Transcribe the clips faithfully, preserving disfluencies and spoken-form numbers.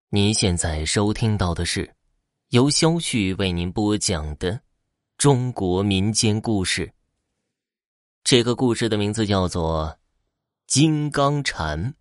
您现在收听到的是由肖旭为您播讲的中国民间故事。这个故事的名字叫做金刚蝉。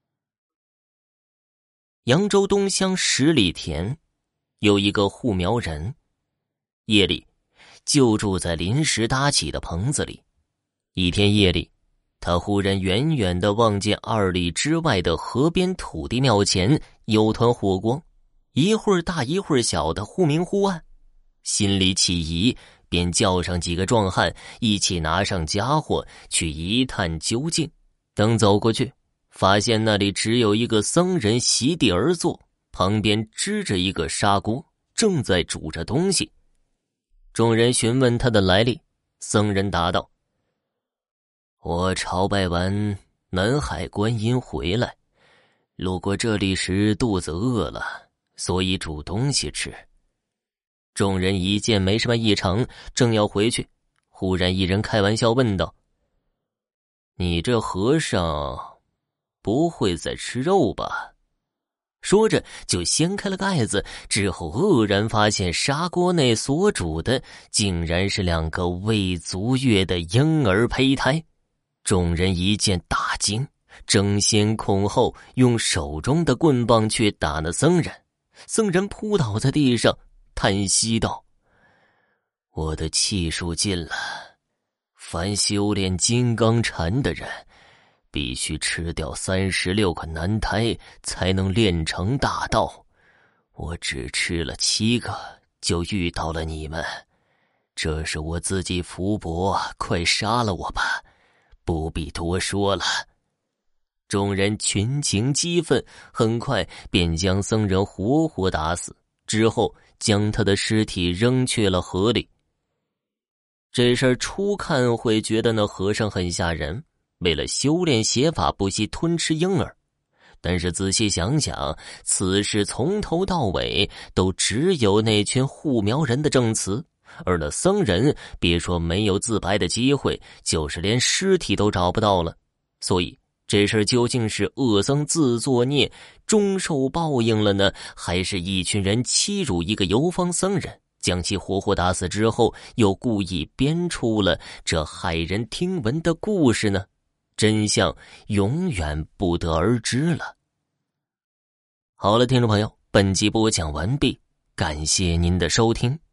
扬州东乡十里田有一个护苗人，夜里就住在临时搭起的棚子里。一天夜里，他忽然远远地望见二里之外的河边土地庙前有团火光，一会儿大一会儿小的忽明忽暗，心里起疑，便叫上几个壮汉一起拿上家伙去一探究竟。等走过去，发现那里只有一个僧人席地而坐，旁边支着一个砂锅，正在煮着东西。众人询问他的来历，僧人答道：我朝拜完南海观音回来，路过这里时肚子饿了，所以煮东西吃。众人一见没什么异常，正要回去，忽然一人开玩笑问道：你这和尚不会在吃肉吧？说着就掀开了盖子，之后愕然发现砂锅内所煮的竟然是两个未足月的婴儿胚胎。众人一见大惊，争先恐后用手中的棍棒去打那僧人。僧人扑倒在地上，叹息道：我的气数尽了，凡修炼金刚禅的人必须吃掉三十六个男胎才能练成大道，我只吃了七个就遇到了你们，这是我自己福薄，快杀了我吧，不必多说了。众人群情激愤，很快便将僧人活活打死，之后将他的尸体扔去了河里。这事儿初看会觉得那和尚很吓人，为了修炼邪法不惜吞吃婴儿，但是仔细想想，此事从头到尾都只有那群护苗人的证词，而那僧人别说没有自白的机会，就是连尸体都找不到了。所以这事究竟是恶僧自作孽终受报应了呢，还是一群人欺辱一个游方僧人，将其活活打死之后又故意编出了这骇人听闻的故事呢？真相永远不得而知了。好了，听众朋友，本集播讲完毕，感谢您的收听。